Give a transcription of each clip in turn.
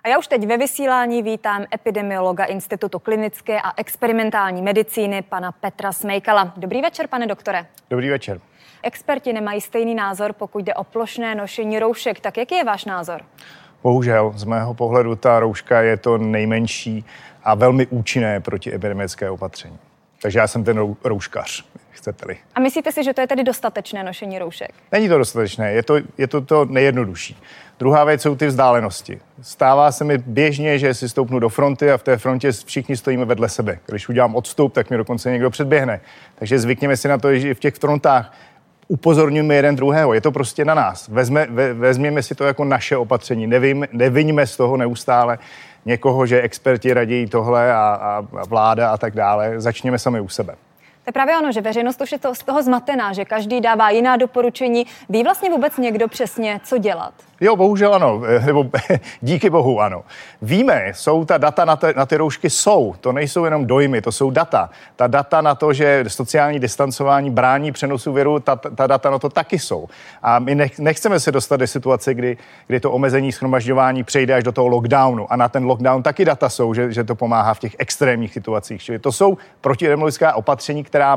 A já už teď ve vysílání vítám epidemiologa Institutu klinické a experimentální medicíny, pana Petra Smejkala. Dobrý večer, pane doktore. Dobrý večer. Experti nemají stejný názor, pokud jde o plošné nošení roušek. Tak jaký je váš názor? Bohužel, z mého pohledu ta rouška je to nejmenší a velmi účinné protiepidemické opatření. Takže já jsem ten rouškař, chcete-li. A myslíte si, že to je tedy dostatečné nošení roušek? Není to dostatečné, je to nejjednodušší. Druhá věc jsou ty vzdálenosti. Stává se mi běžně, že si stoupnu do fronty a v té frontě všichni stojíme vedle sebe. Když udělám odstup, tak mi dokonce někdo předběhne. Takže zvykněme si na to, že v těch frontách upozorňujeme jeden druhého. Je to prostě na nás. Vezměme si to jako naše opatření. Neviňme z toho neustále někoho, že experti radí tohle a vláda a tak dále. Začněme sami u sebe. To je právě ono, že veřejnost už je z toho zmatená, že každý dává jiná doporučení. Ví vlastně vůbec někdo přesně, co dělat? Jo, bohužel ano, nebo díky bohu ano. Víme, jsou ta data na ty roušky jsou, to nejsou jenom dojmy, to jsou data. Ta data na to, že sociální distancování brání přenosu viru, ta data na to taky jsou. A my nechceme se dostat do situace, kdy to omezení shromažďování přejde až do toho lockdownu. A na ten lockdown taky data jsou, že to pomáhá v těch extrémních situacích. Čili to jsou protiepidemiologická opatření, která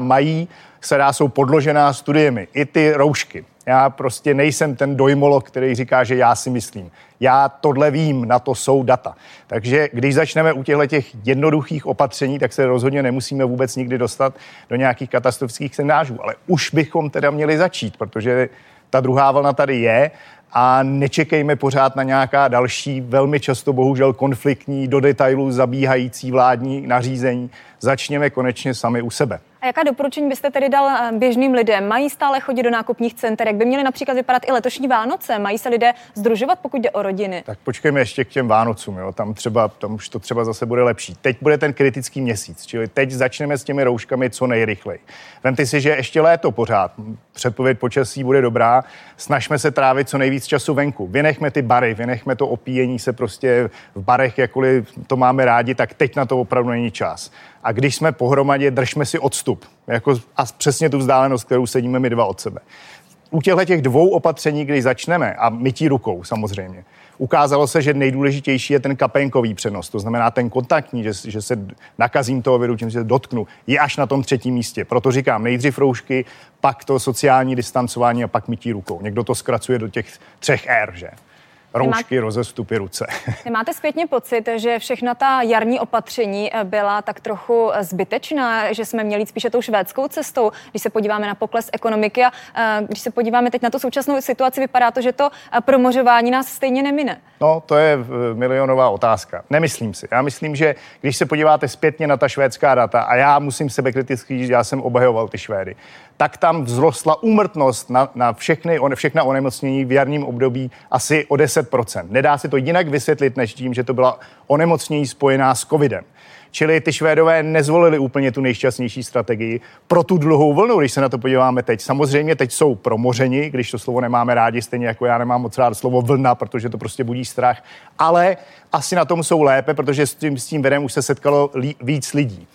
jsou podložená studiemi. I ty roušky. Já prostě nejsem ten dojmolog, který říká, že já si myslím. Já tohle vím, na to jsou data. Takže když začneme u těch jednoduchých opatření, tak se rozhodně nemusíme vůbec nikdy dostat do nějakých katastrofických scénářů. Ale už bychom teda měli začít, protože ta druhá vlna tady je a nečekejme pořád na nějaká další, velmi často bohužel konfliktní, do detailů zabíhající vládní nařízení. Začněme konečně sami u sebe. A jaká doporučení byste tedy dal běžným lidem? Mají stále chodit do nákupních center? Jak by měly například vypadat i letošní Vánoce? Mají se lidé sdružovat, pokud jde o rodiny? Tak počkejme ještě k těm Vánocům, jo? Tam už to třeba zase bude lepší. Teď bude ten kritický měsíc, čili teď začneme s těmi rouškami co nejrychleji. Vemte si, že ještě léto pořád. Předpověď počasí bude dobrá. Snažme se trávit co nejvíc času venku. Vynechme ty bary, vynechme to opíjení se prostě v barech, jakkoliv to máme rádi, tak teď na to opravdu není čas. A když jsme pohromadě, držme si odstup. A přesně tu vzdálenost, kterou sedíme my dva od sebe. U těch dvou opatření, když začneme, a mytí rukou samozřejmě, ukázalo se, že nejdůležitější je ten kapénkový přenos. To znamená ten kontaktní, že se nakazím toho viru, tím se dotknu, je až na tom 3. místě. Proto říkám nejdřív roušky, pak to sociální distancování a pak mytí rukou. Někdo to zkracuje do těch 3 R, že? Roušky, rozestupy, ruce. Nemáte zpětně pocit, že všechna ta jarní opatření byla tak trochu zbytečná, že jsme měli spíše tou švédskou cestou, když se podíváme na pokles ekonomiky a když se podíváme teď na tu současnou situaci, vypadá to, že to promořování nás stejně nemine? No, to je milionová otázka. Nemyslím si. Já myslím, že když se podíváte zpětně na ta švédská data, a já musím sebekriticky říct, já jsem obhajoval ty Švédy, tak tam vzrostla úmrtnost na všechna onemocnění v jarním období asi o 10%. Nedá se to jinak vysvětlit, než tím, že to byla onemocnění spojená s covidem. Čili ty Švédové nezvolili úplně tu nejšťastnější strategii pro tu dlouhou vlnu, když se na to podíváme teď. Samozřejmě teď jsou promořeni, když to slovo nemáme rádi, stejně jako já nemám moc rád slovo vlna, protože to prostě budí strach, ale asi na tom jsou lépe, protože s tím virem už se setkalo víc lidí.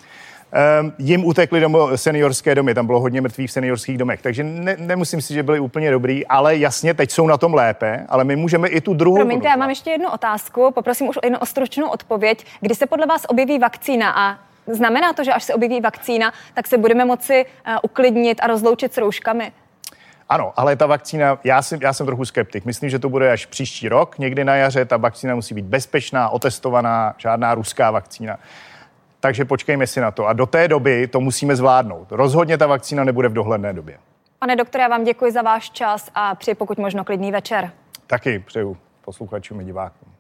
Jim utekly seniorské domy, tam bylo hodně mrtvých v seniorských domech, takže nemusím si, že byli úplně dobrý, ale jasně, teď jsou na tom lépe, ale my můžeme i tu druhou. Promiňte, já mám ještě jednu otázku, poprosím už o stručnou odpověď. Kdy se podle vás objeví vakcína a znamená to, že až se objeví vakcína, tak se budeme moci uklidnit a rozloučit s rouškami? Ano, ale ta vakcína, já jsem trochu skeptik. Myslím, že to bude až příští rok, někdy na jaře, ta vakcína musí být bezpečná, otestovaná, žádná ruská vakcína. Takže počkejme si na to. A do té doby to musíme zvládnout. Rozhodně ta vakcína nebude v dohledné době. Pane doktore, já vám děkuji za váš čas a přeji pokud možno klidný večer. Taky přeju posluchačům i divákům.